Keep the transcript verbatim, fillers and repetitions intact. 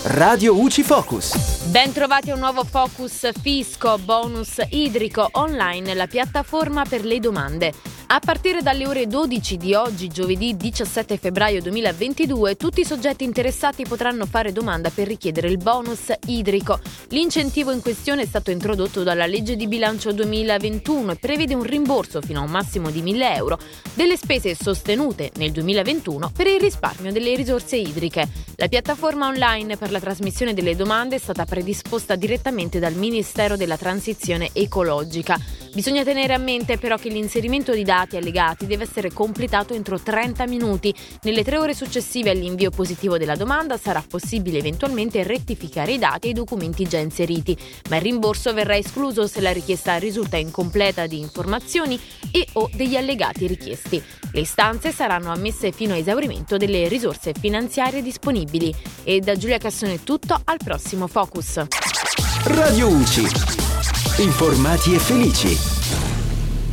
Radio U C I Focus. Ben trovati a un nuovo Focus Fisco, bonus idrico online, la piattaforma per le domande. A partire dalle ore dodici di oggi, giovedì diciassette febbraio duemilaventidue, tutti i soggetti interessati potranno fare domanda per richiedere il bonus idrico. L'incentivo in questione è stato introdotto dalla legge di bilancio duemilaventuno e prevede un rimborso fino a un massimo di mille euro delle spese sostenute nel duemilaventuno per il risparmio delle risorse idriche. La piattaforma online per la trasmissione delle domande è stata predisposta direttamente dal Ministero della Transizione Ecologica. Bisogna tenere a mente però che l'inserimento di dati allegati deve essere completato entro trenta minuti. Nelle tre ore successive all'invio positivo della domanda sarà possibile eventualmente rettificare i dati e i documenti già inseriti, ma il rimborso verrà escluso se la richiesta risulta incompleta di informazioni e o degli allegati richiesti. Le istanze saranno ammesse fino a esaurimento delle risorse finanziarie disponibili. E da Giulia Cassone è tutto, al prossimo Focus. Radio U C I. Informati e felici.